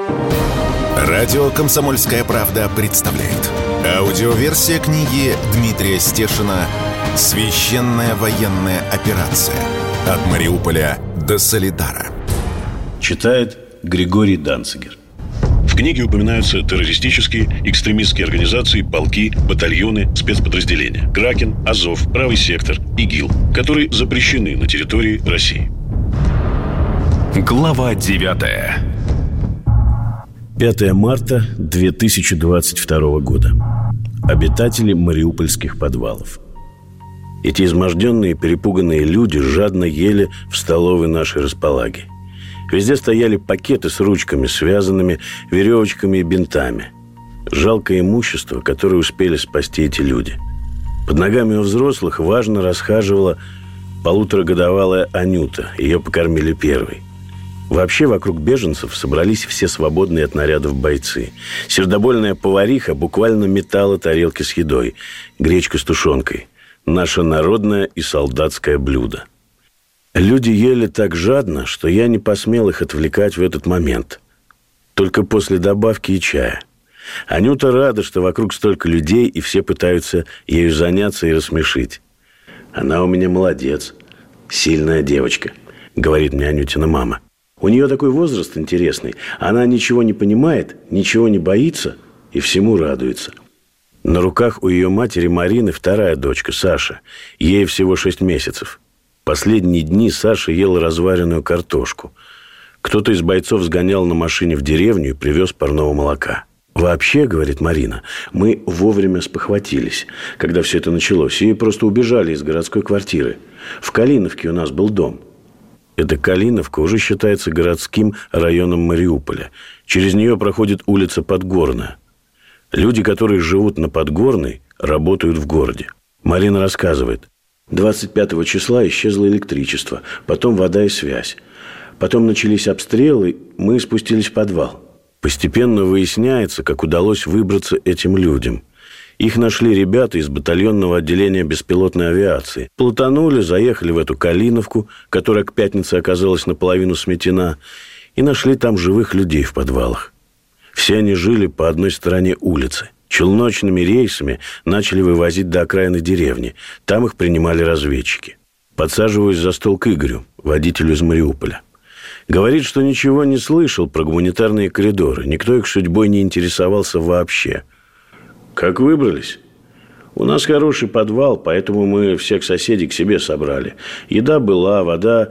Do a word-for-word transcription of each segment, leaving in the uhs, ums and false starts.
Радио «Комсомольская правда» представляет. Аудиоверсия книги Дмитрия Стешина «Священная военная операция. От Мариуполя до Солидара». Читает Григорий Данцигер. В книге упоминаются террористические, экстремистские организации, полки, батальоны, спецподразделения. Кракен, Азов, Правый сектор, ИГИЛ, которые запрещены на территории России. Глава девятая. пятое марта две тысячи двадцать второго года. Обитатели мариупольских подвалов. Эти изможденные, перепуганные люди жадно ели в столовой нашей располаги. Везде стояли пакеты с ручками, связанными веревочками и бинтами. Жалкое имущество, которое успели спасти эти люди. Под ногами у взрослых важно расхаживала полуторагодовалая Анюта. Ее покормили первой. Вообще вокруг беженцев собрались все свободные от нарядов бойцы. Сердобольная повариха буквально метала тарелки с едой. Гречка с тушенкой. Наше народное и солдатское блюдо. Люди ели так жадно, что я не посмел их отвлекать в этот момент. Только после добавки и чая. Анюта рада, что вокруг столько людей, и все пытаются ею заняться и рассмешить. «Она у меня молодец, сильная девочка», — говорит мне Анютина мама. «У нее такой возраст интересный. Она ничего не понимает, ничего не боится и всему радуется». На руках у ее матери Марины вторая дочка, Саша. Ей всего шесть месяцев. Последние дни Саша ела разваренную картошку. Кто-то из бойцов сгонял на машине в деревню и привез парного молока. «Вообще, — говорит Марина, — мы вовремя спохватились, когда все это началось, и просто убежали из городской квартиры. В Калиновке у нас был дом». Эта Калиновка уже считается городским районом Мариуполя. Через нее проходит улица Подгорная. Люди, которые живут на Подгорной, работают в городе. Марина рассказывает. двадцать пятого числа исчезло электричество, потом вода и связь. Потом начались обстрелы, мы спустились в подвал. Постепенно выясняется, как удалось выбраться этим людям. Их нашли ребята из батальонного отделения беспилотной авиации. Плутанули, заехали в эту Калиновку, которая к пятнице оказалась наполовину сметена, и нашли там живых людей в подвалах. Все они жили по одной стороне улицы. Челночными рейсами начали вывозить до окраины деревни. Там их принимали разведчики. Подсаживаюсь за стол к Игорю, водителю из Мариуполя. Говорит, что ничего не слышал про гуманитарные коридоры. Никто их судьбой не интересовался вообще. «Как выбрались?» «У нас хороший подвал, поэтому мы всех соседей к себе собрали. Еда была, вода...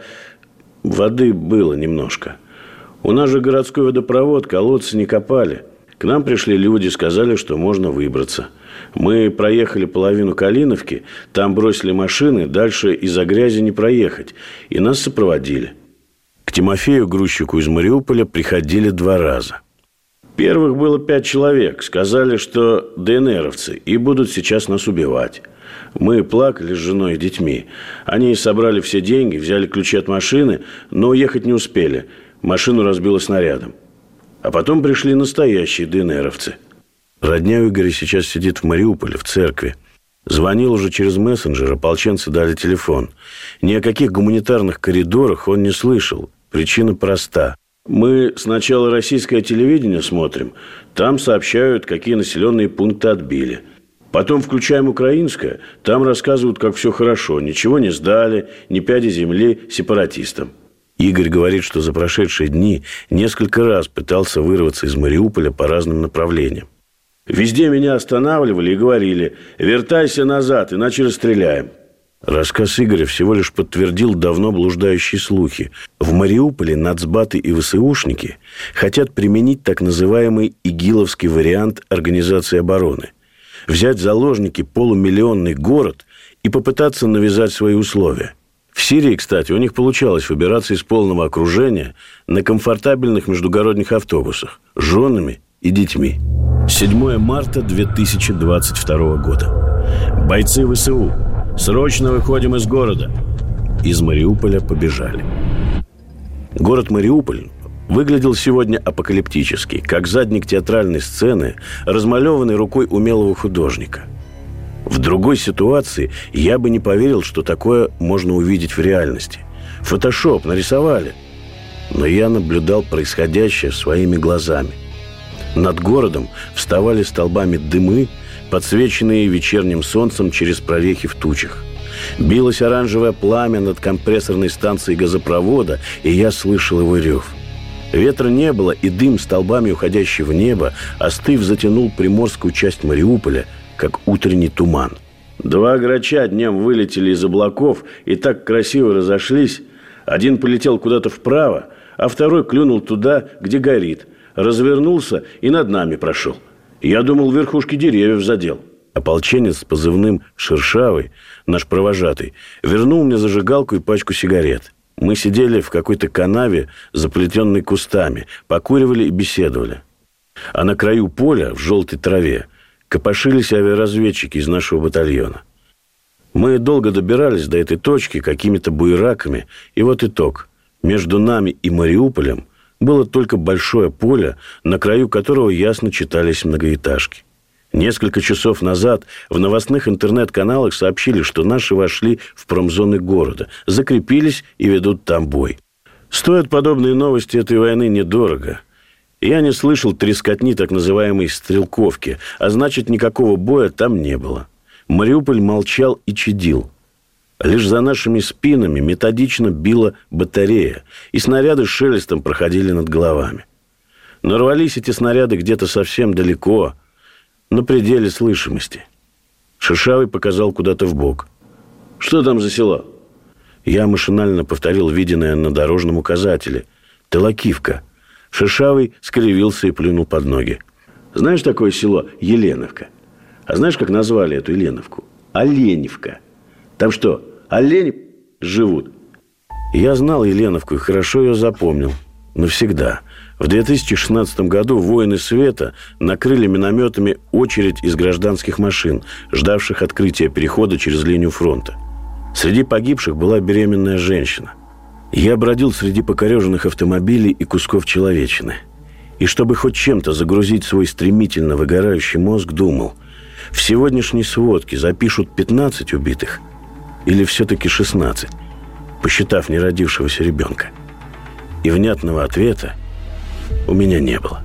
Воды было немножко. У нас же городской водопровод, колодцы не копали. К нам пришли люди, сказали, что можно выбраться. Мы проехали половину Калиновки, там бросили машины, дальше из-за грязи не проехать. И нас сопроводили». К Тимофею, грузчику из Мариуполя, приходили два раза. Первых было пять человек. Сказали, что ДНРовцы и будут сейчас нас убивать. Мы плакали с женой и детьми. Они собрали все деньги, взяли ключи от машины, но уехать не успели. Машину разбило снарядом. А потом пришли настоящие ДНРовцы. Родня у Игоря сейчас сидит в Мариуполе, в церкви. Звонил уже через мессенджер, ополченцы дали телефон. Ни о каких гуманитарных коридорах он не слышал. Причина проста. Мы сначала российское телевидение смотрим. Там сообщают, какие населенные пункты отбили. Потом включаем украинское. Там рассказывают, как все хорошо. Ничего не сдали, ни пяди земли сепаратистам. Игорь говорит, что за прошедшие дни несколько раз пытался вырваться из Мариуполя по разным направлениям. Везде меня останавливали и говорили: «Вертайся назад, иначе расстреляем». Рассказ Игоря всего лишь подтвердил давно блуждающие слухи. В Мариуполе нацбаты и ВСУшники хотят применить так называемый игиловский вариант организации обороны. Взять в заложники полумиллионный город и попытаться навязать свои условия. В Сирии, кстати, у них получалось выбираться из полного окружения на комфортабельных междугородних автобусах с женами и детьми. седьмое марта две тысячи двадцать второго года. Бойцы ВСУ, срочно выходим из города. Из Мариуполя побежали. Город Мариуполь выглядел сегодня апокалиптически, как задник театральной сцены, размалеванный рукой умелого художника. В другой ситуации я бы не поверил, что такое можно увидеть в реальности. Фотошоп нарисовали. но я наблюдал происходящее своими глазами. Над городом вставали столбами дымы, подсвеченные вечерним солнцем через прорехи в тучах. Билось оранжевое пламя над компрессорной станцией газопровода, и я слышал его рев. Ветра не было, и дым, столбами уходящий в небо, остыв, затянул приморскую часть Мариуполя, как утренний туман. Два грача днем вылетели из облаков и так красиво разошлись. Один полетел куда-то вправо, а второй клюнул туда, где горит. Развернулся и над нами прошел. Я думал, верхушки деревьев задел. Ополченец с позывным «Шершавый», наш провожатый, вернул мне зажигалку и пачку сигарет. Мы сидели в какой-то канаве, заплетенной кустами, покуривали и беседовали. А на краю поля, в желтой траве, копошились авиаразведчики из нашего батальона. Мы долго добирались до этой точки какими-то буераками, и вот итог. Между нами и Мариуполем было только большое поле, на краю которого ясно читались многоэтажки. Несколько часов назад в новостных интернет-каналах сообщили, что наши вошли в промзоны города, закрепились и ведут там бой. Стоят подобные новости этой войны недорого. Я не слышал трескотни так называемой «стрелковки», а значит, никакого боя там не было. Мариуполь молчал и чадил. Лишь за нашими спинами методично била батарея, и снаряды с шелестом проходили над головами. Но рвались эти снаряды где-то совсем далеко, на пределе слышимости. Шершавый показал куда-то вбок. «Что там за село?» Я машинально повторил виденное на дорожном указателе. «Талакивка». Шершавый скривился и плюнул под ноги. «Знаешь такое село Еленовка? А знаешь, как назвали эту Еленовку? Оленевка. Там что, олени живут?» Я знал Еленовку и хорошо ее запомнил. Навсегда. В две тысячи шестнадцатом году воины света накрыли минометами очередь из гражданских машин, ждавших открытия перехода через линию фронта. Среди погибших была беременная женщина. Я бродил среди покореженных автомобилей и кусков человечины. И чтобы хоть чем-то загрузить свой стремительно выгорающий мозг, думал, в сегодняшней сводке запишут пятнадцать убитых или все-таки шестнадцать, посчитав неродившегося ребенка. И внятного ответа у меня не было.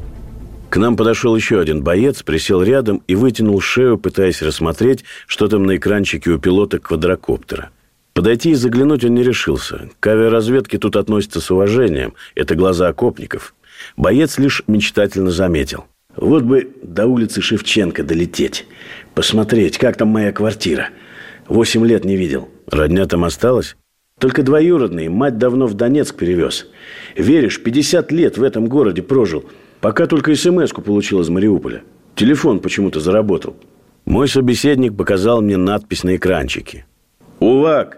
К нам подошел еще один боец, присел рядом и вытянул шею, пытаясь рассмотреть, что там на экранчике у пилота квадрокоптера. Подойти и заглянуть он не решился. К авиаразведке тут относятся с уважением. Это глаза окопников. Боец лишь мечтательно заметил. Вот бы до улицы Шевченко долететь. Посмотреть, как там моя квартира. Восемь лет не видел. Родня там осталась? Только двоюродный, мать давно в Донецк перевез. Веришь, пятьдесят лет в этом городе прожил, пока только смс-ку получил из Мариуполя. Телефон почему-то заработал. Мой собеседник показал мне надпись на экранчике. «Увак!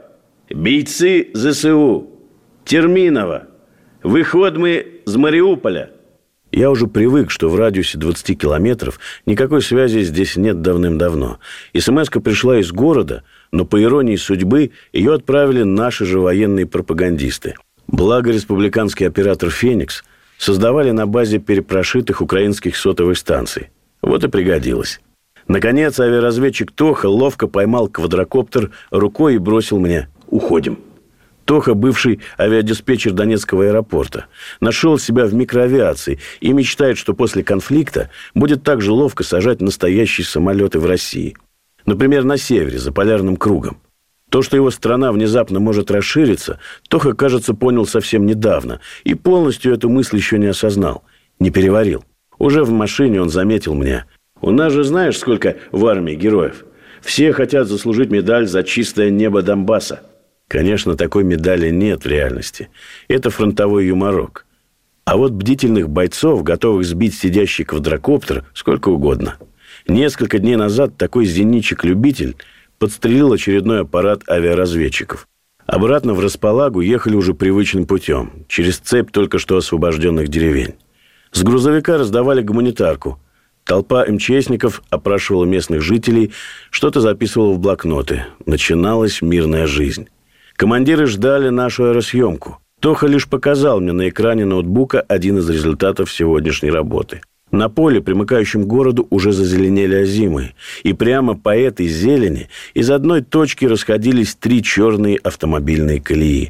Бійці ЗСУ! Терминова! Выход мы с Мариуполя!» Я уже привык, что в радиусе двадцати километров никакой связи здесь нет давным-давно. СМС-ка пришла из города, но по иронии судьбы ее отправили наши же военные пропагандисты. Благо республиканский оператор «Феникс» создавали на базе перепрошитых украинских сотовых станций. Вот и пригодилось. Наконец авиаразведчик Тоха ловко поймал квадрокоптер рукой и бросил мне: «Уходим». Тоха, бывший авиадиспетчер Донецкого аэропорта, нашел себя в микроавиации и мечтает, что после конфликта будет так же ловко сажать настоящие самолеты в России. Например, на севере, за полярным кругом. То, что его страна внезапно может расшириться, Тоха, кажется, понял совсем недавно и полностью эту мысль еще не осознал, не переварил. Уже в машине он заметил мне: «У нас же знаешь, сколько в армии героев? Все хотят заслужить медаль за чистое небо Донбасса». Конечно, такой медали нет в реальности. Это фронтовой юморок. А вот бдительных бойцов, готовых сбить сидящий квадрокоптер, сколько угодно. Несколько дней назад такой зенитчик-любитель подстрелил очередной аппарат авиаразведчиков. Обратно в Располагу ехали уже привычным путем, через цепь только что освобожденных деревень. С грузовика раздавали гуманитарку. Толпа МЧСников опрашивала местных жителей, что-то записывала в блокноты. Начиналась мирная жизнь. Командиры ждали нашу аэросъемку. Тоха лишь показал мне на экране ноутбука один из результатов сегодняшней работы. На поле, примыкающем к городу, уже зазеленели озимы. И прямо по этой зелени из одной точки расходились три черные автомобильные колеи.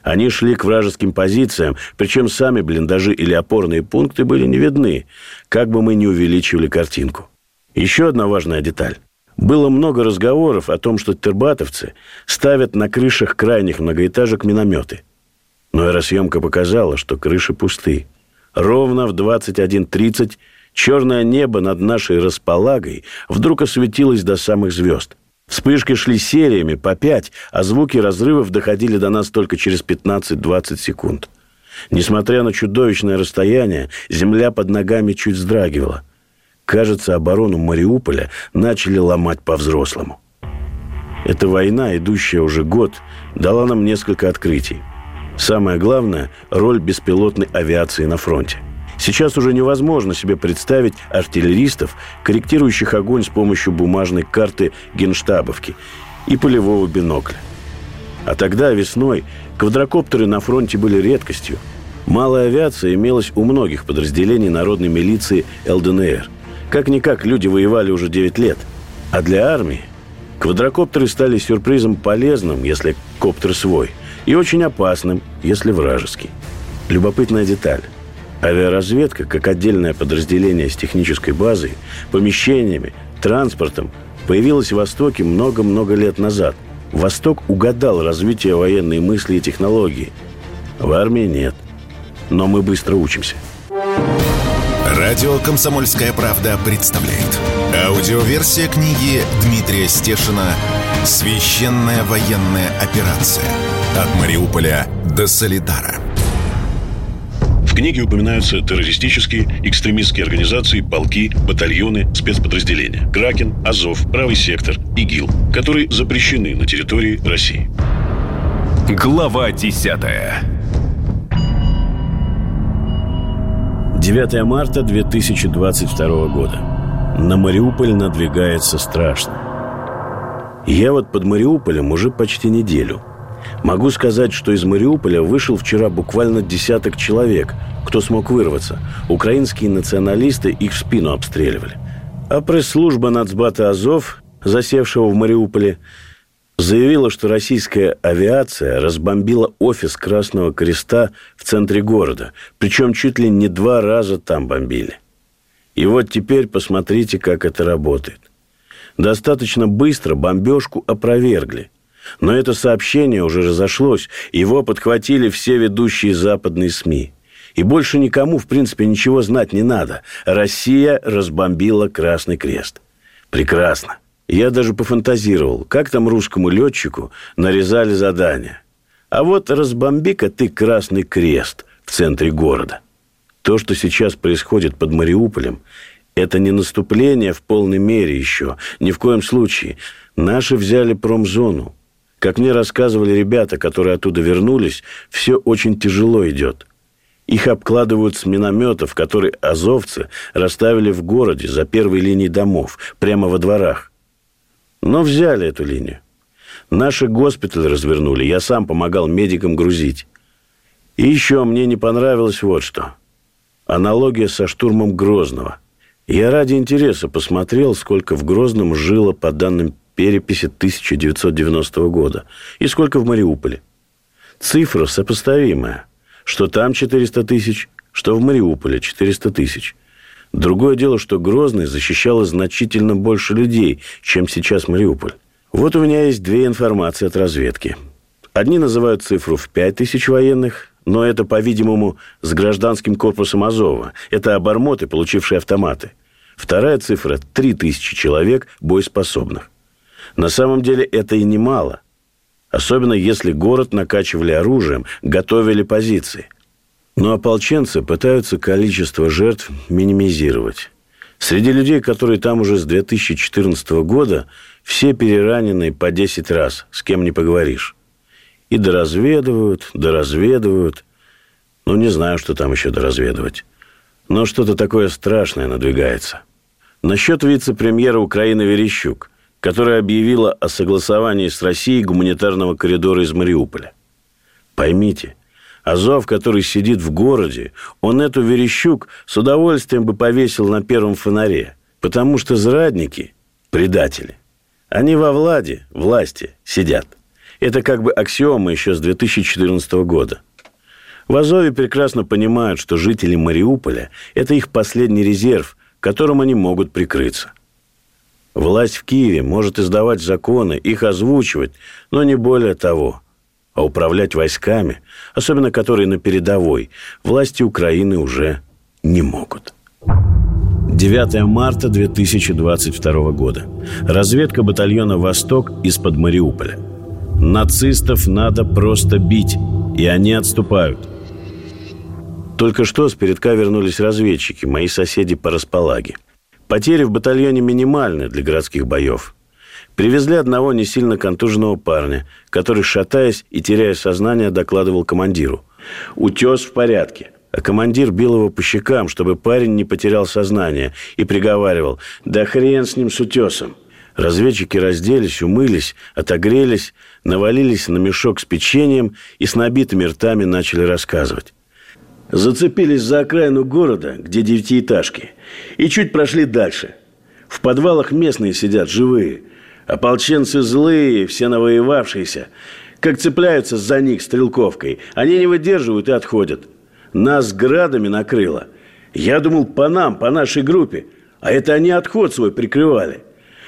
Они шли к вражеским позициям, причем сами блиндажи или опорные пункты были не видны, как бы мы ни увеличивали картинку. Еще одна важная деталь. Было много разговоров о том, что тербатовцы ставят на крышах крайних многоэтажек минометы. Но аэросъемка показала, что крыши пусты. Ровно в двадцать один тридцать черное небо над нашей располагой вдруг осветилось до самых звезд. Вспышки шли сериями по пять, а звуки разрывов доходили до нас только через пятнадцать-двадцать секунд. Несмотря на чудовищное расстояние, земля под ногами чуть вздрагивала. Кажется, оборону Мариуполя начали ломать по-взрослому. Эта война, идущая уже год, дала нам несколько открытий. Самое главное – роль беспилотной авиации на фронте. Сейчас уже невозможно себе представить артиллеристов, корректирующих огонь с помощью бумажной карты генштабовки и полевого бинокля. А тогда, весной, квадрокоптеры на фронте были редкостью. Малая авиация имелась у многих подразделений народной милиции эл дэ эн эр. Как-никак люди воевали уже девять лет. А для армии квадрокоптеры стали сюрпризом полезным, если коптер свой, и очень опасным, если вражеский. Любопытная деталь. Авиаразведка, как отдельное подразделение с технической базой, помещениями, транспортом, появилась в Востоке много-много лет назад. Восток угадал развитие военной мысли и технологий. В армии нет. Но мы быстро учимся. Радио «Комсомольская правда» представляет. Аудиоверсия книги Дмитрия Стешина «Священная военная операция. От Мариуполя до Солидара». В книге упоминаются террористические, экстремистские организации, полки, батальоны, спецподразделения. Кракен, Азов, Правый сектор, ИГИЛ, которые запрещены на территории России. Глава десятая. девятое марта две тысячи двадцать второго года. На Мариуполь надвигается страшно. Я вот под Мариуполем уже почти неделю. Могу сказать, что из Мариуполя вышел вчера буквально десяток человек, кто смог вырваться. Украинские националисты их в спину обстреливали. А пресс-служба нацбата Азов, засевшего в Мариуполе, заявила, что российская авиация разбомбила офис Красного Креста в центре города. Причем чуть ли не два раза там бомбили. И вот теперь посмотрите, как это работает. Достаточно быстро бомбежку опровергли. Но это сообщение уже разошлось, его подхватили все ведущие западные СМИ. И больше никому, в принципе, ничего знать не надо. Россия разбомбила Красный Крест. Прекрасно. Я даже пофантазировал, как там русскому летчику нарезали задание. А вот разбомби-ка ты Красный Крест в центре города. То, что сейчас происходит под Мариуполем, это не наступление в полной мере еще. Ни в коем случае. Наши взяли промзону. Как мне рассказывали ребята, которые оттуда вернулись, все очень тяжело идет. Их обкладывают с минометов, которые азовцы расставили в городе за первой линией домов, прямо во дворах. Но взяли эту линию. Наши госпитали развернули, я сам помогал медикам грузить. И еще мне не понравилось вот что. Аналогия со штурмом Грозного. Я ради интереса посмотрел, сколько в Грозном жило по данным переписи тысяча девятьсот девяностого года и сколько в Мариуполе. Цифра сопоставимая. Что там четыреста тысяч, что в Мариуполе четыреста тысяч. Другое дело, что Грозный защищало значительно больше людей, чем сейчас Мариуполь. Вот у меня есть две информации от разведки. Одни называют цифру в пять тысяч военных, но это, по-видимому, с гражданским корпусом Азова. Это обормоты, получившие автоматы. Вторая цифра – три тысячи человек боеспособных. На самом деле это и немало. Особенно если город накачивали оружием, готовили позиции. Но ополченцы пытаются количество жертв минимизировать. Среди людей, которые там уже с две тысячи четырнадцатого года, все перераненные по десять раз, с кем не поговоришь. И доразведывают, доразведывают. Ну, не знаю, что там еще доразведывать. Но что-то такое страшное надвигается. Насчет вице-премьера Украины Верещук, которая объявила о согласовании с Россией гуманитарного коридора из Мариуполя. Поймите, Азов, который сидит в городе, он эту Верещук с удовольствием бы повесил на первом фонаре, потому что зрадники, предатели, они во владе, власти сидят. Это как бы аксиома еще с две тысячи четырнадцатого года. В Азове прекрасно понимают, что жители Мариуполя – это их последний резерв, которым они могут прикрыться. Власть в Киеве может издавать законы, их озвучивать, но не более того. А управлять войсками, особенно которые на передовой, власти Украины уже не могут. девятое марта две тысячи двадцать второго года. Разведка батальона «Восток» из-под Мариуполя. Нацистов надо просто бить, и они отступают. Только что с передка вернулись разведчики, мои соседи по располаге. Потери в батальоне минимальны для городских боев. Привезли одного не сильно контуженного парня, который, шатаясь и теряя сознание, докладывал командиру. Утес в порядке. А командир бил его по щекам, чтобы парень не потерял сознание, и приговаривал: «Да хрен с ним, с утесом». Разведчики разделись, умылись, отогрелись, навалились на мешок с печеньем и с набитыми ртами начали рассказывать. Зацепились за окраину города, где девятиэтажки, и чуть прошли дальше. В подвалах местные сидят, живые. Ополченцы злые, все навоевавшиеся. Как цепляются за них стрелковкой, они не выдерживают и отходят. Нас градами накрыло. Я думал, по нам, по нашей группе. А это они отход свой прикрывали.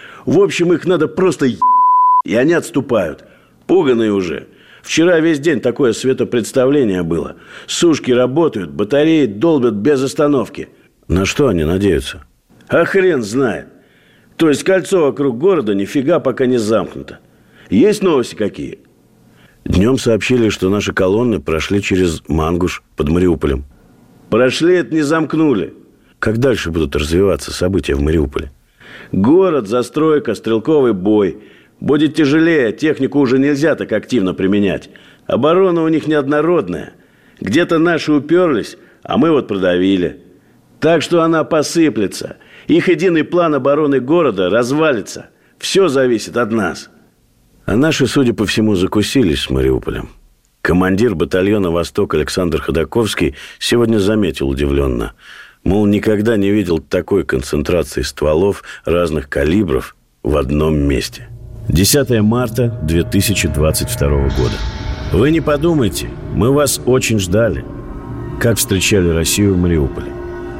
В общем, их надо просто е***, и они отступают. Пуганые уже. Вчера весь день такое светопредставление было. Сушки работают, батареи долбят без остановки. На что они надеются? А хрен знает. То есть кольцо вокруг города нифига пока не замкнуто. Есть новости какие? Днем сообщили, что наши колонны прошли через Мангуш под Мариуполем. Прошли, это не замкнули. Как дальше будут развиваться события в Мариуполе? Город, застройка, стрелковый бой. Будет тяжелее, технику уже нельзя так активно применять. Оборона у них неоднородная. Где-то наши уперлись, а мы вот продавили. Так что она посыплется. Их единый план обороны города развалится. Все зависит от нас. А наши, судя по всему, закусились с Мариуполем. Командир батальона «Восток» Александр Ходаковский сегодня заметил удивленно. Мол, никогда не видел такой концентрации стволов разных калибров в одном месте. десятое марта две тысячи двадцать второго года. Вы не подумайте, мы вас очень ждали. Как встречали Россию в Мариуполе.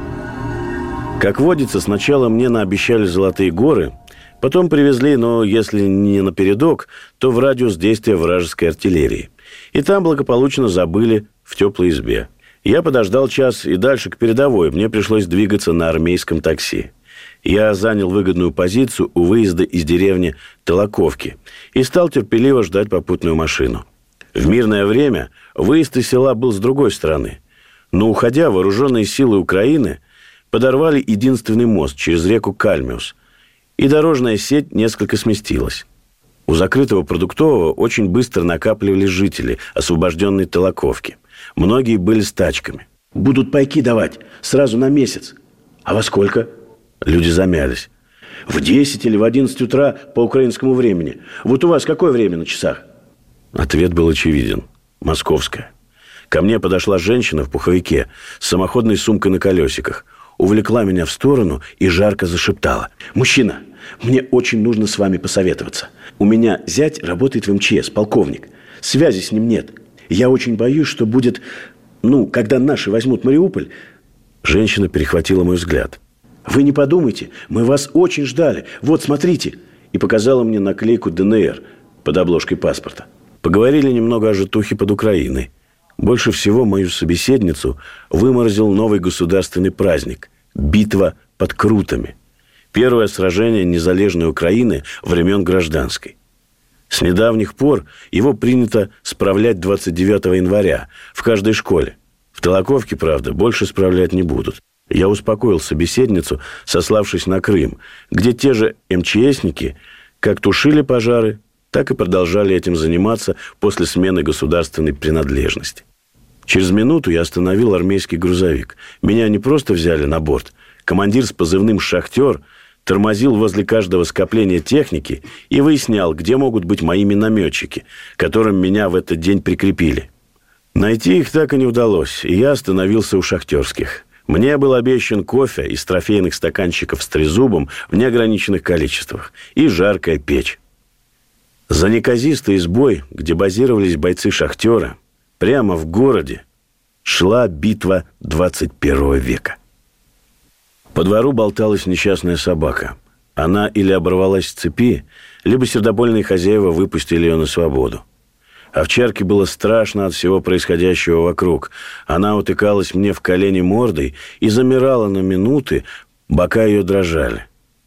Как водится, сначала мне наобещали золотые горы, потом привезли, но если не напередок, то в радиус действия вражеской артиллерии. И там благополучно забыли в теплой избе. Я подождал час и дальше к передовой. Мне пришлось двигаться на армейском такси. Я занял выгодную позицию у выезда из деревни Толоковки и стал терпеливо ждать попутную машину. В мирное время выезд из села был с другой стороны. Но, уходя, вооруженные силы Украины подорвали единственный мост через реку Кальмиус, и дорожная сеть несколько сместилась. У закрытого продуктового очень быстро накапливались жители освобожденной Толоковки. Многие были с тачками. «Будут пайки давать сразу на месяц». «А во сколько?» Люди замялись. «В десять или в одиннадцать утра по украинскому времени. Вот у вас какое время на часах?» Ответ был очевиден. Московское. Ко мне подошла женщина в пуховике с самоходной сумкой на колесиках. Увлекла меня в сторону и жарко зашептала: «Мужчина, мне очень нужно с вами посоветоваться. У меня зять работает в эм че эс, полковник. Связи с ним нет. Я очень боюсь, что будет... Ну, когда наши возьмут Мариуполь...» Женщина перехватила мой взгляд. «Вы не подумайте, мы вас очень ждали. Вот, смотрите». И показала мне наклейку дэ эн эр под обложкой паспорта. Поговорили немного о житухе под Украиной. Больше всего мою собеседницу выморозил новый государственный праздник – битва под Крутами. Первое сражение незалежной Украины времен гражданской. С недавних пор его принято справлять двадцать девятого января в каждой школе. В Толоковке, правда, больше справлять не будут. Я успокоил собеседницу, сославшись на Крым, где те же эм че эсники как тушили пожары, так и продолжали этим заниматься после смены государственной принадлежности. Через минуту я остановил армейский грузовик. Меня не просто взяли на борт. Командир с позывным «Шахтер» тормозил возле каждого скопления техники и выяснял, где могут быть мои минометчики, которым меня в этот день прикрепили. Найти их так и не удалось, и я остановился у шахтерских. Мне был обещан кофе из трофейных стаканчиков с трезубом в неограниченных количествах и жаркая печь. За неказистой избой, где базировались бойцы «Шахтера», прямо в городе шла битва двадцать первого века. По двору болталась несчастная собака. Она или оборвалась с цепи, либо сердобольные хозяева выпустили ее на свободу. Овчарке было страшно от всего происходящего вокруг. Она утыкалась мне в колени мордой и замирала на минуты, бока ее дрожали.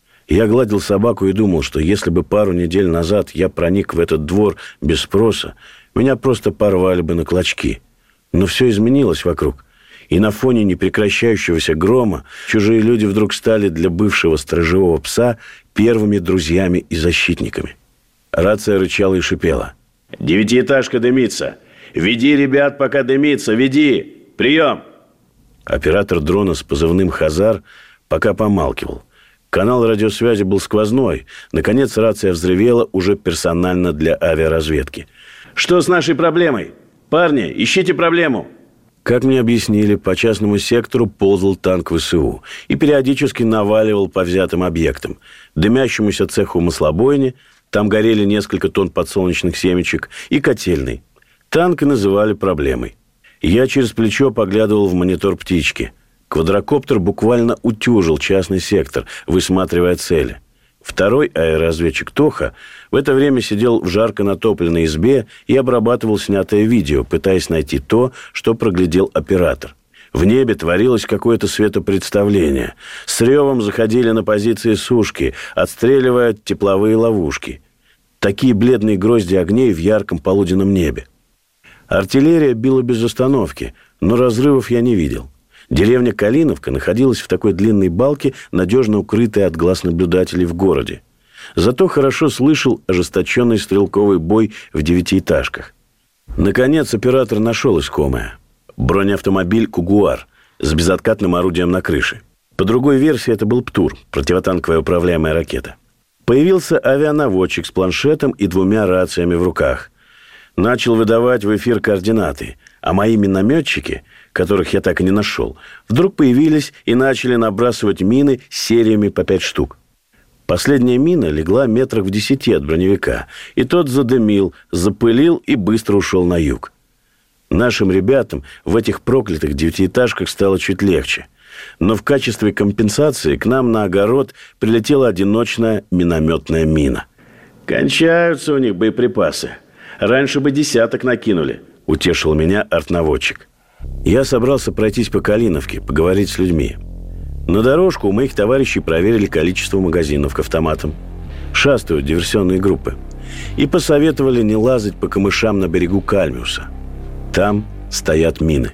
Я гладил собаку и думал, что если бы пару недель назад я проник в этот двор без спроса, меня просто порвали бы на клочки. Но все изменилось вокруг. И на фоне непрекращающегося грома чужие люди вдруг стали для бывшего сторожевого пса первыми друзьями и защитниками. Рация рычала и шипела. «Девятиэтажка дымится! Веди, ребят, пока дымится! Веди! Прием!» Оператор дрона с позывным «Хазар» пока помалкивал. Канал радиосвязи был сквозной. Наконец рация взревела уже персонально для авиаразведки. «Что с нашей проблемой? Парни, ищите проблему!» Как мне объяснили, по частному сектору ползал танк ВСУ и периодически наваливал по взятым объектам. Дымящемуся цеху маслобойни, там горели несколько тонн подсолнечных семечек, и котельной. Танк и называли проблемой. Я через плечо поглядывал в монитор птички. Квадрокоптер буквально утюжил частный сектор, высматривая цели. Второй аэроразведчик Тоха в это время сидел в жарко натопленной избе и обрабатывал снятое видео, пытаясь найти то, что проглядел оператор. В небе творилось какое-то светопредставление. С ревом заходили на позиции сушки, отстреливая тепловые ловушки. Такие бледные грозди огней в ярком полуденном небе. Артиллерия била без остановки, но разрывов я не видел. Деревня Калиновка находилась в такой длинной балке, надежно укрытой от глаз наблюдателей в городе. Зато хорошо слышал ожесточенный стрелковый бой в девятиэтажках. Наконец оператор нашел искомое. Бронеавтомобиль «Кугуар» с безоткатным орудием на крыше. По другой версии, это был «Птур», противотанковая управляемая ракета. Появился авианаводчик с планшетом и двумя рациями в руках. Начал выдавать в эфир координаты, а мои минометчики, которых я так и не нашел, вдруг появились и начали набрасывать мины сериями по пять штук. Последняя мина легла метрах в десяти от броневика, и тот задымил, запылил и быстро ушел на юг. Нашим ребятам в этих проклятых девятиэтажках стало чуть легче. Но в качестве компенсации к нам на огород прилетела одиночная минометная мина. «Кончаются у них боеприпасы. Раньше бы десяток накинули», — утешил меня артнаводчик. Я собрался пройтись по Калиновке, поговорить с людьми. На дорожку у моих товарищей проверили количество магазинов к автоматам. Шастают диверсионные группы. И посоветовали не лазать по камышам на берегу Кальмиуса. Там стоят мины.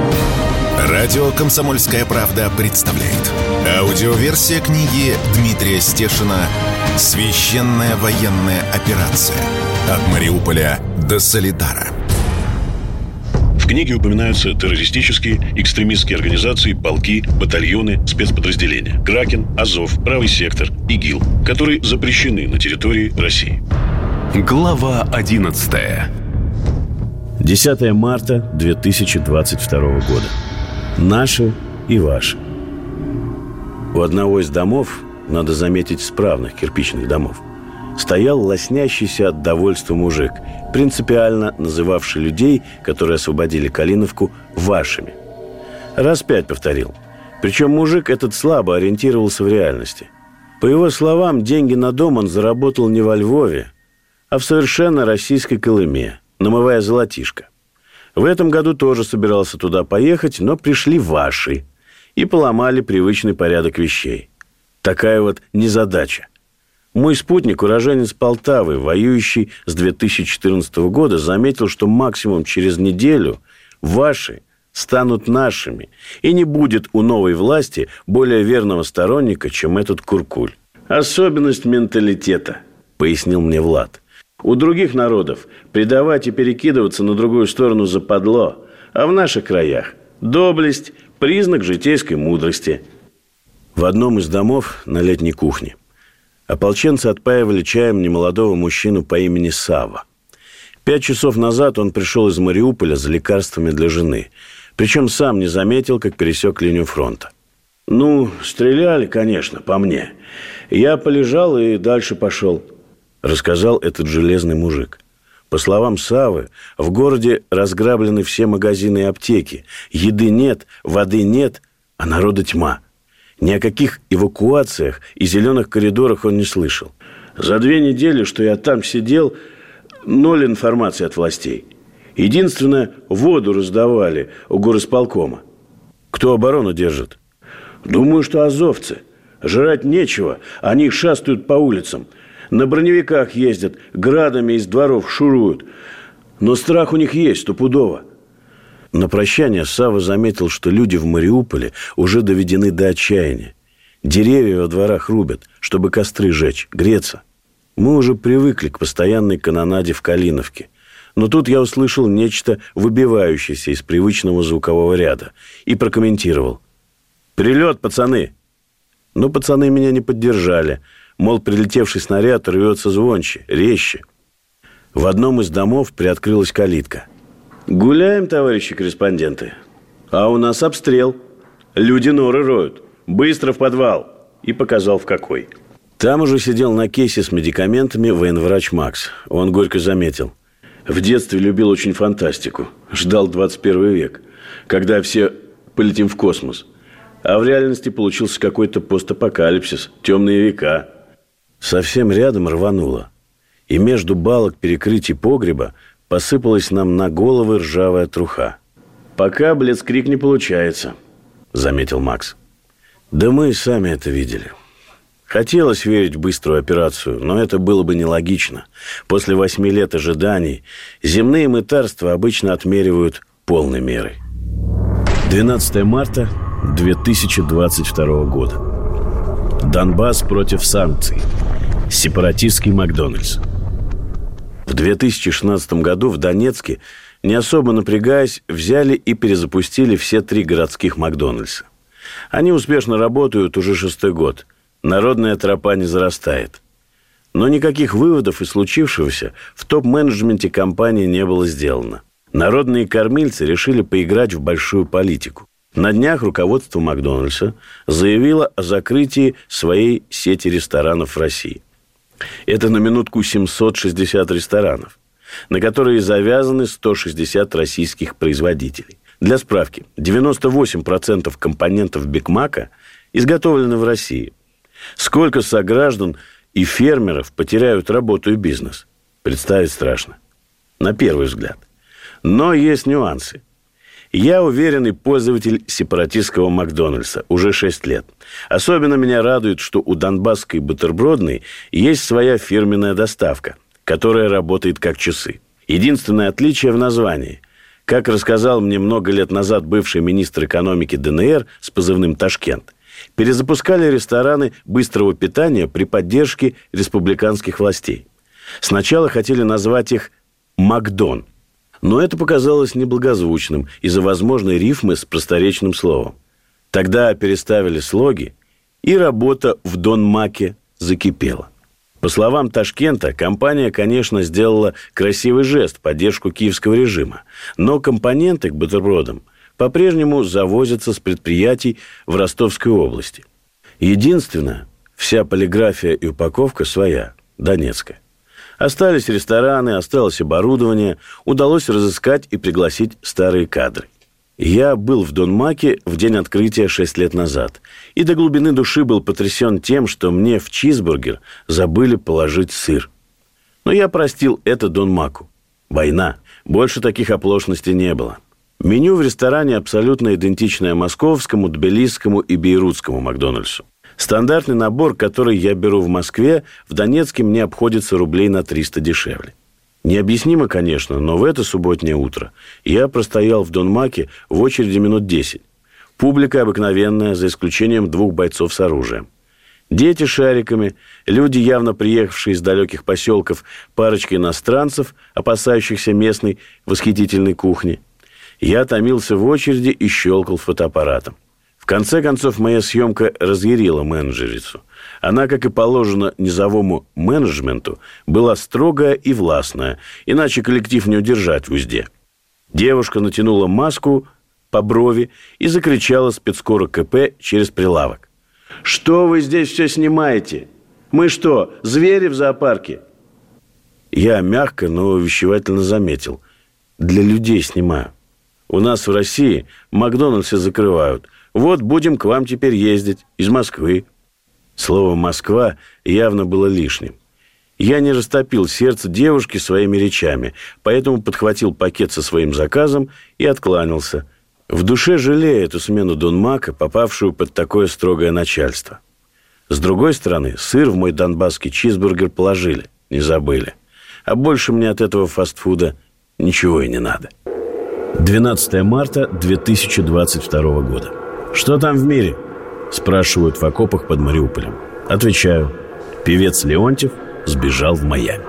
Радио «Комсомольская правда» представляет. Аудиоверсия книги Дмитрия Стешина «Священная военная операция. От Мариуполя до Солидара». В книге упоминаются террористические, экстремистские организации, полки, батальоны, спецподразделения. Кракен, Азов, Правый сектор, ИГИЛ, которые запрещены на территории России. Глава одиннадцатая. десятое марта две тысячи двадцать второго года. Наши и ваши. У одного из домов, надо заметить, справных кирпичных домов, стоял лоснящийся от довольства мужик, принципиально называвший людей, которые освободили Калиновку, вашими. Раз пять повторил. Причем мужик этот слабо ориентировался в реальности. По его словам, деньги на дом он заработал не во Львове, а в совершенно российской Колыме, намывая золотишко. В этом году тоже собирался туда поехать, но пришли ваши и поломали привычный порядок вещей. Такая вот незадача. Мой спутник, уроженец Полтавы, воюющий с две тысячи четырнадцатого года, заметил, что максимум через неделю ваши станут нашими, и не будет у новой власти более верного сторонника, чем этот куркуль. «Особенность менталитета», — пояснил мне Влад. «У других народов предавать и перекидываться на другую сторону западло, а в наших краях доблесть – признак житейской мудрости». В одном из домов на летней кухне ополченцы отпаивали чаем немолодого мужчину по имени Савва. Пять часов назад он пришел из Мариуполя за лекарствами для жены. Причем сам не заметил, как пересек линию фронта. «Ну, стреляли, конечно, по мне. Я полежал и дальше пошел». рассказал этот железный мужик. По словам Саввы, в городе разграблены все магазины и аптеки. Еды нет, воды нет, а народа тьма. Ни о каких эвакуациях и зеленых коридорах он не слышал. За две недели, что я там сидел, ноль информации от властей. Единственное, воду раздавали у горосполкома. Кто оборону держит? Думаю, что азовцы. Жрать нечего, они шастают по улицам. На броневиках ездят, градами из дворов шуруют. Но страх у них есть, стопудово. На прощание Савва заметил, что люди в Мариуполе уже доведены до отчаяния. Деревья во дворах рубят, чтобы костры жечь, греться. Мы уже привыкли к постоянной канонаде в Калиновке. Но тут я услышал нечто выбивающееся из привычного звукового ряда и прокомментировал. «Прилет, пацаны!» Но пацаны меня не поддержали. Мол, прилетевший снаряд рвется звонче, резче. В одном из домов приоткрылась калитка. «Гуляем, товарищи корреспонденты. А у нас обстрел. Люди норы роют. Быстро в подвал!» И показал, в какой. Там уже сидел на кейсе с медикаментами военврач Макс. Он горько заметил. В детстве любил очень фантастику. Ждал двадцать первый век, когда все полетим в космос. А в реальности получился какой-то постапокалипсис, темные века. Совсем рядом рвануло. И между балок перекрытий погреба посыпалась нам на головы ржавая труха. «Пока блицкриг не получается», — заметил Макс. «Да мы и сами это видели. Хотелось верить в быструю операцию, но это было бы нелогично. После восьми лет ожиданий земные мытарства обычно отмеривают полной мерой». двенадцатого марта две тысячи двадцать второго года. Донбасс против санкций. Сепаратистский Макдональдс. В две тысячи шестнадцатом году в Донецке, не особо напрягаясь, взяли и перезапустили все три городских Макдональдса. Они успешно работают уже шестой год. Народная тропа не зарастает. Но никаких выводов из случившегося в топ-менеджменте компании не было сделано. Народные кормильцы решили поиграть в большую политику. На днях руководство Макдональдса заявило о закрытии своей сети ресторанов в России. Это на минутку семьсот шестьдесят ресторанов, на которые завязаны сто шестьдесят российских производителей. Для справки, девяносто восемь процентов компонентов Биг Мака изготовлены в России. Сколько сограждан и фермеров потеряют работу и бизнес? Представить страшно. На первый взгляд. Но есть нюансы. Я уверенный пользователь сепаратистского Макдональдса уже шесть лет. Особенно меня радует, что у Донбасской бутербродной есть своя фирменная доставка, которая работает как часы. Единственное отличие в названии. Как рассказал мне много лет назад бывший министр экономики ДНР с позывным «Ташкент», перезапускали рестораны быстрого питания при поддержке республиканских властей. Сначала хотели назвать их «Макдон», но это показалось неблагозвучным из-за возможной рифмы с просторечным словом. Тогда переставили слоги, и работа в Донмаке закипела. По словам Ташкента, компания, конечно, сделала красивый жест в поддержку киевского режима, но компоненты к бутербродам по-прежнему завозятся с предприятий в Ростовской области. Единственное, вся полиграфия и упаковка своя, донецкая. Остались рестораны, осталось оборудование, удалось разыскать и пригласить старые кадры. Я был в Донмаке в день открытия шесть лет назад и до глубины души был потрясен тем, что мне в чизбургер забыли положить сыр. Но я простил это Донмаку. Война. Больше таких оплошностей не было. Меню в ресторане абсолютно идентичное московскому, тбилисскому и бейрутскому Макдональдсу. Стандартный набор, который я беру в Москве, в Донецке мне обходится рублей на триста дешевле. Необъяснимо, конечно, но в это субботнее утро я простоял в Донмаке в очереди минут десять. Публика обыкновенная, за исключением двух бойцов с оружием. Дети с шариками, люди, явно приехавшие из далеких поселков, парочка иностранцев, опасающихся местной восхитительной кухни. Я томился в очереди и щелкал фотоаппаратом. В конце концов, моя съемка разъярила менеджерицу. Она, как и положено низовому менеджменту, была строгая и властная, иначе коллектив не удержать в узде. Девушка натянула маску по брови и закричала спецскора КП через прилавок. «Что вы здесь все снимаете? Мы что, звери в зоопарке? Я мягко, но увещевательно заметил. Для людей снимаю. У нас в России Макдональдсы закрывают. Вот будем к вам теперь ездить из Москвы. Слово «Москва» явно было лишним. Я не растопил сердце девушки своими речами, поэтому подхватил пакет со своим заказом и откланялся. В душе жалея эту смену Дон Мака, попавшую под такое строгое начальство. С другой стороны, сыр в мой донбасский чизбургер положили, не забыли. А больше мне от этого фастфуда ничего и не надо. двенадцатое марта две тысячи двадцать второго года. Что там в мире? Спрашивают в окопах под Мариуполем. Отвечаю. Певец Леонтьев сбежал в Майами.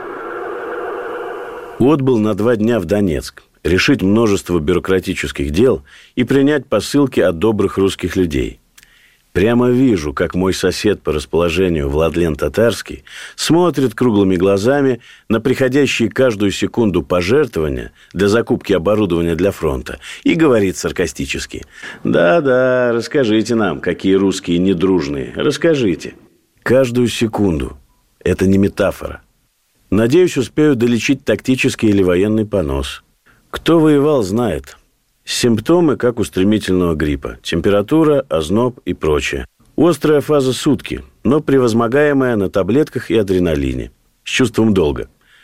Отбыл на два дня в Донецк, решить множество бюрократических дел и принять посылки от добрых русских людей. Прямо вижу, как мой сосед по расположению Владлен Татарский смотрит круглыми глазами на приходящие каждую секунду пожертвования для закупки оборудования для фронта и говорит саркастически: «Да-да, расскажите нам, какие русские недружные, расскажите». Каждую секунду. Это не метафора. Надеюсь, успею долечить тактический или военный понос. Кто воевал, знает. Симптомы, как у стремительного гриппа. Температура, озноб и прочее. Острая фаза сутки, но превозмогаемая на таблетках и адреналине. С чувством долга.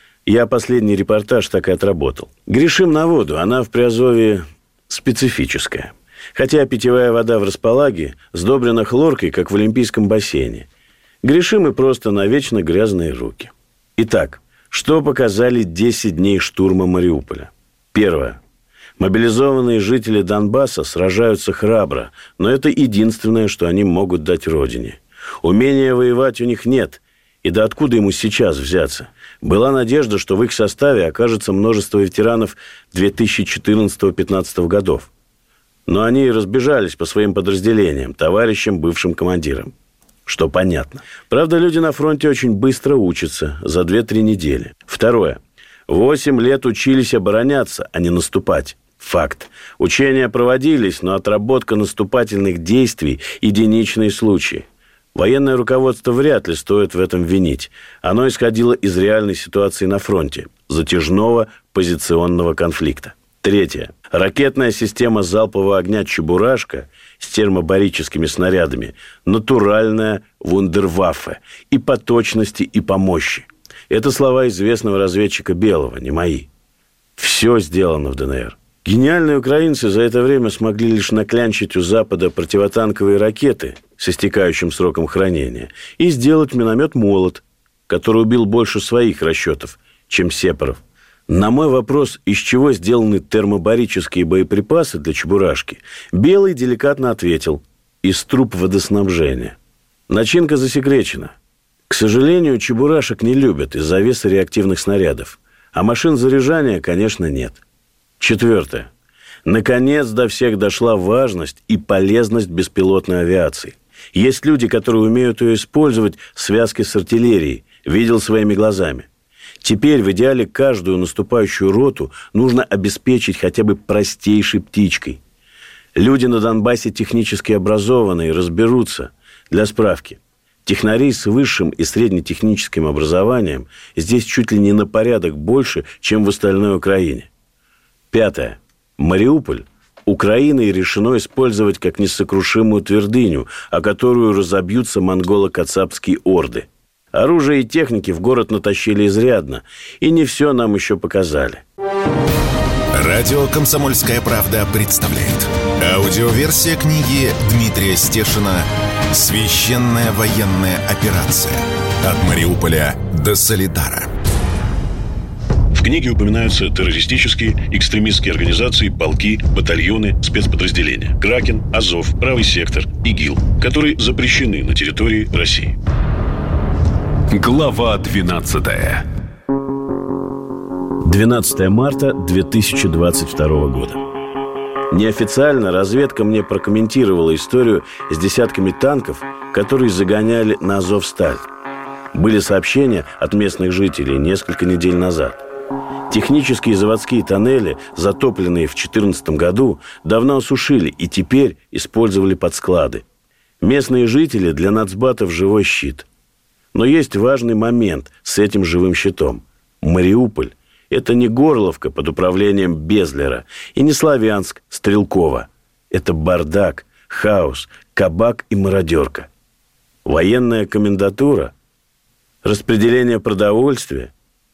Я последний репортаж так и отработал. Грешим на воду, она в Приазовье специфическая. Хотя питьевая вода в Располаге сдобрена хлоркой, как в Олимпийском бассейне. Грешим и просто на вечно грязные руки. Итак, что показали десять дней штурма Мариуполя? Первое. Мобилизованные жители Донбасса сражаются храбро, но это единственное, что они могут дать родине. Умения воевать у них нет, и да откуда ему сейчас взяться? Была надежда, что в их составе окажется множество ветеранов две тысячи четырнадцатого-пятнадцатого годов. Но они разбежались по своим подразделениям, товарищам, бывшим командирам. Что понятно. Правда, люди на фронте очень быстро учатся, за две-три недели. Второе. Восемь лет учились обороняться, а не наступать. Факт. Учения проводились, но отработка наступательных действий – единичные случаи. Военное руководство вряд ли стоит в этом винить. Оно исходило из реальной ситуации на фронте – затяжного позиционного конфликта. Третье. Ракетная система залпового огня «Чебурашка» с термобарическими снарядами – натуральная вундерваффе и по точности, и по мощи. Это слова известного разведчика Белого, не мои. Все сделано в ДНР. Гениальные украинцы за это время смогли лишь наклянчить у Запада противотанковые ракеты с истекающим сроком хранения и сделать миномет «Молот», который убил больше своих расчетов, чем сепаров. На мой вопрос, из чего сделаны термобарические боеприпасы для «Чебурашки», Белый деликатно ответил: из труб водоснабжения. Начинка засекречена. К сожалению, «Чебурашек» не любят из-за веса реактивных снарядов, а машин заряжания, конечно, нет. Четвертое. Наконец до всех дошла важность и полезность беспилотной авиации. Есть люди, которые умеют ее использовать в связке с артиллерией. Видел своими глазами. Теперь в идеале каждую наступающую роту нужно обеспечить хотя бы простейшей птичкой. Люди на Донбассе технически образованные, разберутся. Для справки. Технарей с высшим и среднетехническим образованием здесь чуть ли не на порядок больше, чем в остальной Украине. Пятое. Мариуполь Украиной решено использовать как несокрушимую твердыню, о которую разобьются монголо-кацапские орды. Оружия и техники в город натащили изрядно, и не все нам еще показали. Радио «Комсомольская правда» представляет. Аудиоверсия книги Дмитрия Стешина «Священная военная операция. От Мариуполя до Солидара». В книге упоминаются террористические, экстремистские организации, полки, батальоны, спецподразделения. Кракен, Азов, Правый сектор, ИГИЛ, которые запрещены на территории России. Глава двенадцатая. двенадцатое марта две тысячи двадцать второго года. Неофициально разведка мне прокомментировала историю с десятками танков, которые загоняли на Азовсталь. Были сообщения от местных жителей несколько недель назад. Технические заводские тоннели, затопленные в две тысячи четырнадцатом году, давно осушили и теперь использовали под склады. Местные жители для нацбатов живой щит. Но есть важный момент с этим живым щитом. Мариуполь – это не Горловка под управлением Безлера и не Славянск Стрелкова. Это бардак, хаос, кабак и мародерка. Военная комендатура? Распределение продовольствия?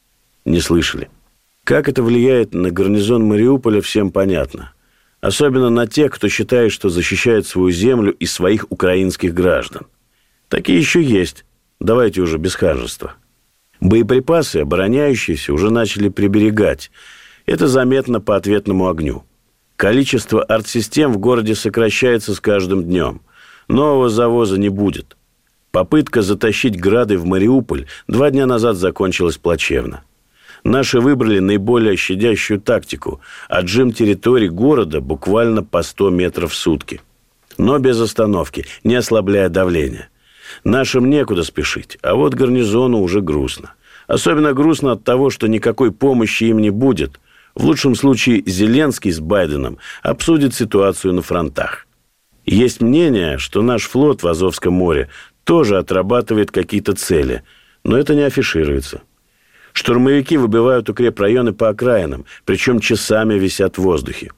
Не слышали. Как это влияет на гарнизон Мариуполя, всем понятно. Особенно на тех, кто считает, что защищает свою землю и своих украинских граждан. Такие еще есть. Давайте уже без ханжества. Боеприпасы, обороняющиеся, уже начали приберегать. Это заметно по ответному огню. Количество артсистем в городе сокращается с каждым днем. Нового завоза не будет. Попытка затащить грады в Мариуполь два дня назад закончилась плачевно. Наши выбрали наиболее щадящую тактику – отжим территории города буквально по сто метров в сутки. Но без остановки, не ослабляя давление. Нашим некуда спешить, а вот гарнизону уже грустно. Особенно грустно от того, что никакой помощи им не будет. В лучшем случае Зеленский с Байденом обсудит ситуацию на фронтах. Есть мнение, что наш флот в Азовском море тоже отрабатывает какие-то цели, но это не афишируется. Штурмовики выбивают укрепрайоны по окраинам, причем часами висят в воздухе.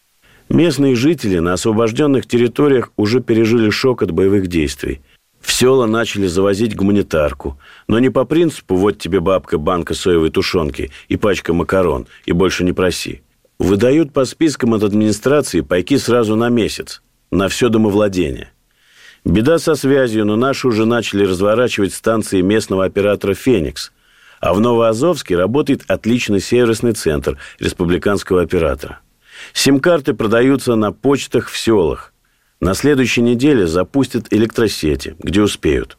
Местные жители на освобожденных территориях уже пережили шок от боевых действий. В села начали завозить гуманитарку, но не по принципу «вот тебе, бабка, банка соевой тушенки и пачка макарон, и больше не проси». Выдают по спискам от администрации пайки сразу на месяц, на все домовладение. Беда со связью, но наши уже начали разворачивать станции местного оператора «Феникс», а в Новоазовске работает отличный сервисный центр республиканского оператора. Сим-карты продаются на почтах в селах. На следующей неделе запустят электросети, где успеют.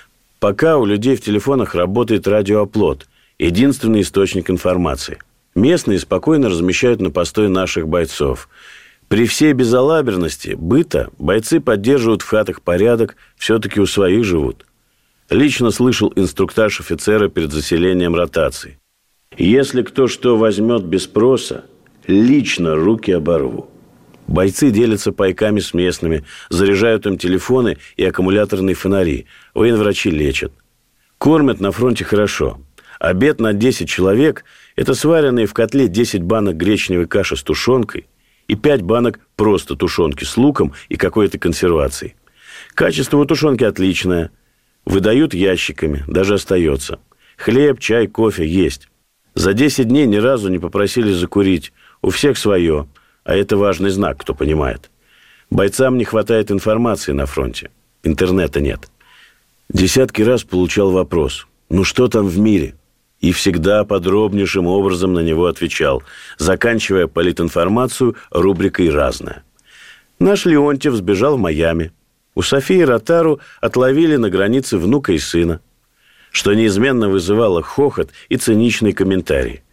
Пока у людей в телефонах работает радиооплот, единственный источник информации. Местные спокойно размещают на постой наших бойцов. При всей безалаберности быта бойцы поддерживают в хатах порядок, все-таки у своих живут. Лично слышал инструктаж офицера перед заселением ротации. Если кто что возьмет без спроса, лично руки оборву. Бойцы делятся пайками с местными, заряжают им телефоны и аккумуляторные фонари. Военврачи лечат. Кормят на фронте хорошо. Обед на десять человек – это сваренные в котле десять банок гречневой каши с тушенкой и пять банок просто тушенки с луком и какой-то консервацией. Качество у тушенки отличное. Выдают ящиками, даже остается. Хлеб, чай, кофе есть. За десять дней ни разу не попросили закурить. У всех свое. А это важный знак, кто понимает. Бойцам не хватает информации на фронте. Интернета нет. Десятки раз получал вопрос: ну что там в мире? И всегда подробнейшим образом на него отвечал, заканчивая политинформацию рубрикой «Разное». Наш Леонтьев сбежал в Майами. У Софии Ротару отловили на границе внука и сына, что неизменно вызывало хохот и циничные комментарии.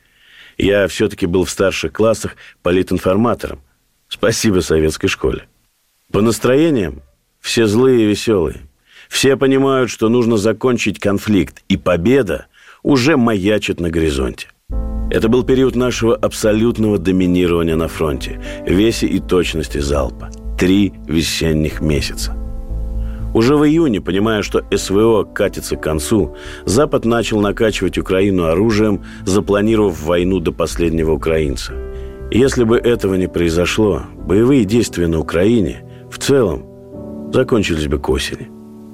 Я все-таки был в старших классах политинформатором. Спасибо советской школе. По настроениям все злые и веселые. Все понимают, что нужно закончить конфликт, и победа уже маячит на горизонте. Это был период нашего абсолютного доминирования на фронте, весе и точности залпа. Три весенних месяца. Уже в июне, понимая, что СВО катится к концу, Запад начал накачивать Украину оружием, запланировав войну до последнего украинца. Если бы этого не произошло, боевые действия на Украине в целом закончились бы к осени.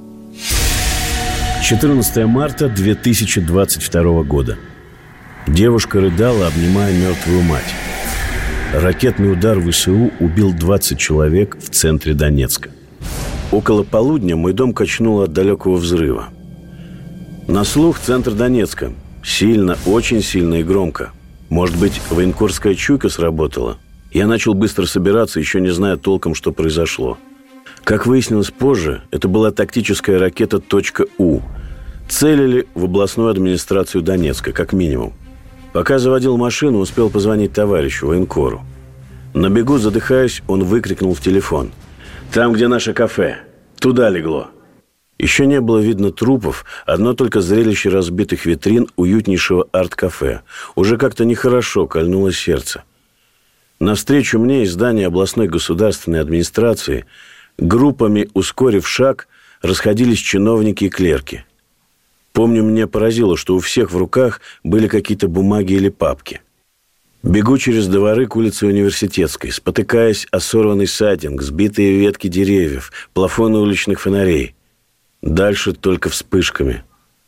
четырнадцатого марта две тысячи двадцать второго года. Девушка рыдала, обнимая мертвую мать. Ракетный удар ВСУ убил двадцать человек в центре Донецка. Около полудня мой дом качнуло от далекого взрыва. На слух центр Донецка. Сильно, очень сильно и громко. Может быть, военкорская чуйка сработала? Я начал быстро собираться, еще не зная толком, что произошло. Как выяснилось позже, это была тактическая ракета «У». Целили в областную администрацию Донецка, как минимум. Пока заводил машину, успел позвонить товарищу, военкору. На бегу, задыхаясь, он выкрикнул в телефон: «Там, где наше кафе. Туда легло». Еще не было видно трупов, одно только зрелище разбитых витрин уютнейшего арт-кафе. Уже как-то нехорошо кольнуло сердце. Навстречу мне из здания областной государственной администрации, группами, ускорив шаг, расходились чиновники и клерки. Помню, меня поразило, что у всех в руках были какие-то бумаги или папки. Бегу через дворы к улице Университетской, спотыкаясь о сорванный сайдинг, сбитые ветки деревьев, плафоны уличных фонарей. Дальше только вспышками.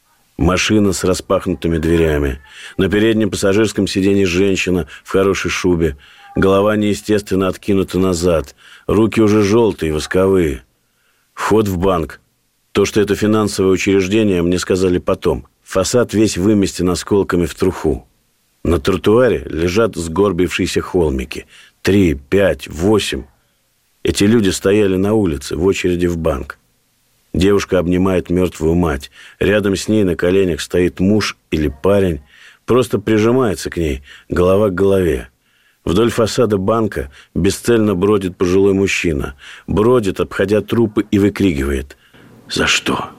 Машина с распахнутыми дверями. На переднем пассажирском сиденье женщина в хорошей шубе. Голова неестественно откинута назад. Руки уже желтые, восковые. Вход в банк. То, что это финансовое учреждение, мне сказали потом. Фасад весь выместен осколками в труху. На тротуаре лежат сгорбившиеся холмики. Три, пять, восемь. Эти люди стояли на улице, в очереди в банк. Девушка обнимает мертвую мать. Рядом с ней на коленях стоит муж или парень. Просто прижимается к ней, голова к голове. Вдоль фасада банка бесцельно бродит пожилой мужчина. Бродит, обходя трупы, и выкрикивает: «За что?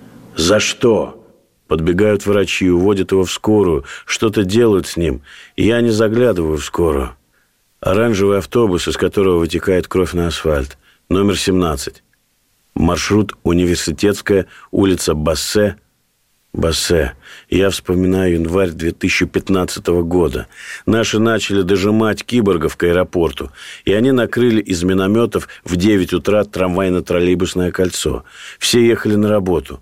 За что?» Подбегают врачи, уводят его в скорую. Что-то делают с ним. Я не заглядываю в скорую. Оранжевый автобус, из которого вытекает кровь на асфальт. Номер семнадцать. Маршрут Университетская, улица Бассе. Бассе. Я вспоминаю январь две тысячи пятнадцатого года. Наши начали дожимать киборгов к аэропорту, и они накрыли из минометов в девять утра трамвайно-троллейбусное кольцо. Все ехали на работу.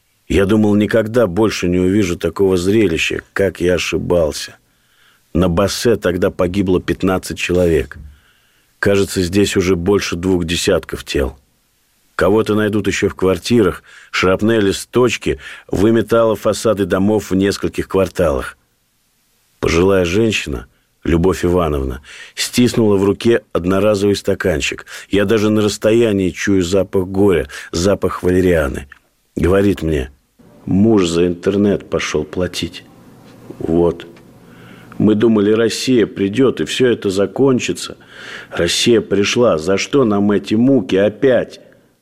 Я думал, никогда больше не увижу такого зрелища. Как я ошибался. На Бассе тогда погибло пятнадцать человек. Кажется, здесь уже больше двух десятков тел. Кого-то найдут еще в квартирах. Шрапнель из точки выметала фасады домов в нескольких кварталах. Пожилая женщина, Любовь Ивановна, стиснула в руке одноразовый стаканчик. Я даже на расстоянии чую запах горя, запах валерианы. Говорит мне: муж за интернет пошел платить. Вот. Мы думали, Россия придет, и все это закончится. Россия пришла. За что нам эти муки опять?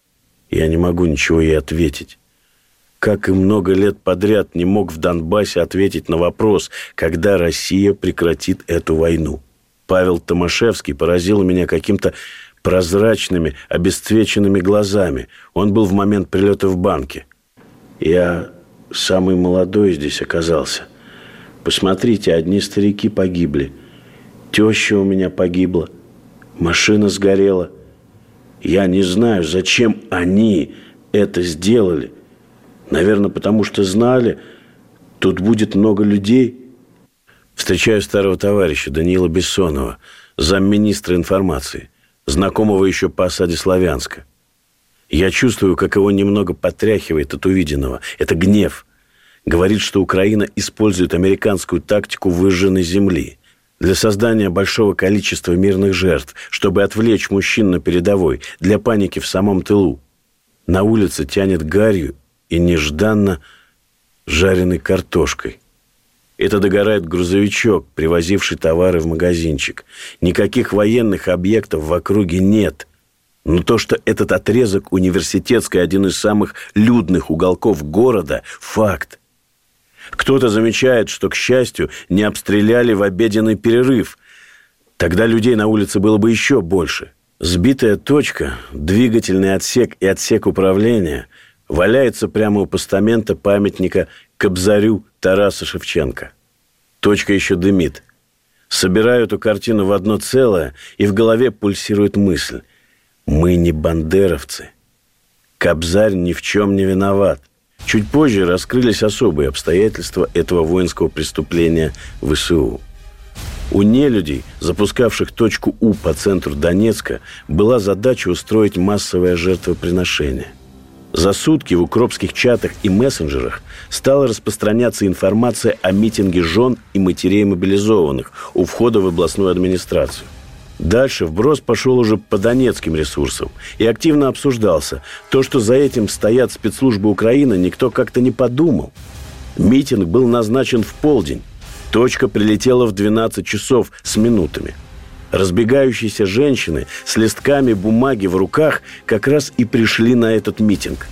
Я не могу ничего ей ответить. Как и много лет подряд не мог в Донбассе ответить на вопрос, когда Россия прекратит эту войну. Павел Томашевский поразил меня каким-то прозрачными, обесцвеченными глазами. Он был в момент прилета в банке. Я самый молодой здесь оказался. Посмотрите, одни старики погибли. Теща у меня погибла. Машина сгорела. Я не знаю, зачем они это сделали. Наверное, потому что знали, тут будет много людей. Встречаю старого товарища Даниила Бессонова, замминистра информации, знакомого еще по осаде Славянска. Я чувствую, как его немного потряхивает от увиденного. Это гнев. Говорит, что Украина использует американскую тактику выжженной земли для создания большого количества мирных жертв, чтобы отвлечь мужчин на передовой, для паники в самом тылу. На улице тянет гарью и нежданно жареной картошкой. Это догорает грузовичок, привозивший товары в магазинчик. Никаких военных объектов в округе нет. Но то, что этот отрезок Университетской, один из самых людных уголков города, факт. Кто-то замечает, что, к счастью, не обстреляли в обеденный перерыв. Тогда людей на улице было бы еще больше. Сбитая точка, двигательный отсек и отсек управления валяется прямо у постамента памятника Кобзарю Тараса Шевченко. Точка еще дымит. Собираю эту картину в одно целое, и в голове пульсирует мысль: мы не бандеровцы. Кобзарь ни в чем не виноват. Чуть позже раскрылись особые обстоятельства этого воинского преступления ВСУ. У нелюдей, запускавших точку У по центру Донецка, была задача устроить массовое жертвоприношение. За сутки в укропских чатах и мессенджерах стала распространяться информация о митинге жен и матерей мобилизованных у входа в областную администрацию. Дальше вброс пошел уже по донецким ресурсам и активно обсуждался. То, что за этим стоят спецслужбы Украины, никто как-то не подумал. Митинг был назначен в полдень. Точка прилетела в двенадцать часов с минутами. Разбегающиеся женщины с листками бумаги в руках как раз и пришли на этот митинг.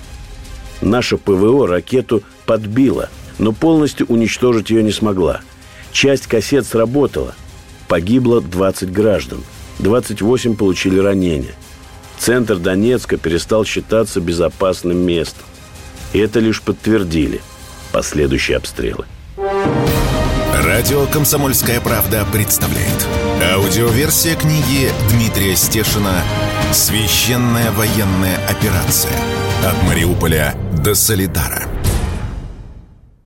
Наша ПВО ракету подбила, но полностью уничтожить ее не смогла. Часть кассет сработала. Погибло двадцать граждан. двадцать восемь получили ранения. Центр Донецка перестал считаться безопасным местом. И это лишь подтвердили. последующие обстрелы. Радио «Комсомольская правда» представляет аудиоверсия книги Дмитрия Стешина «Священная военная операция. От Мариуполя до Солидара».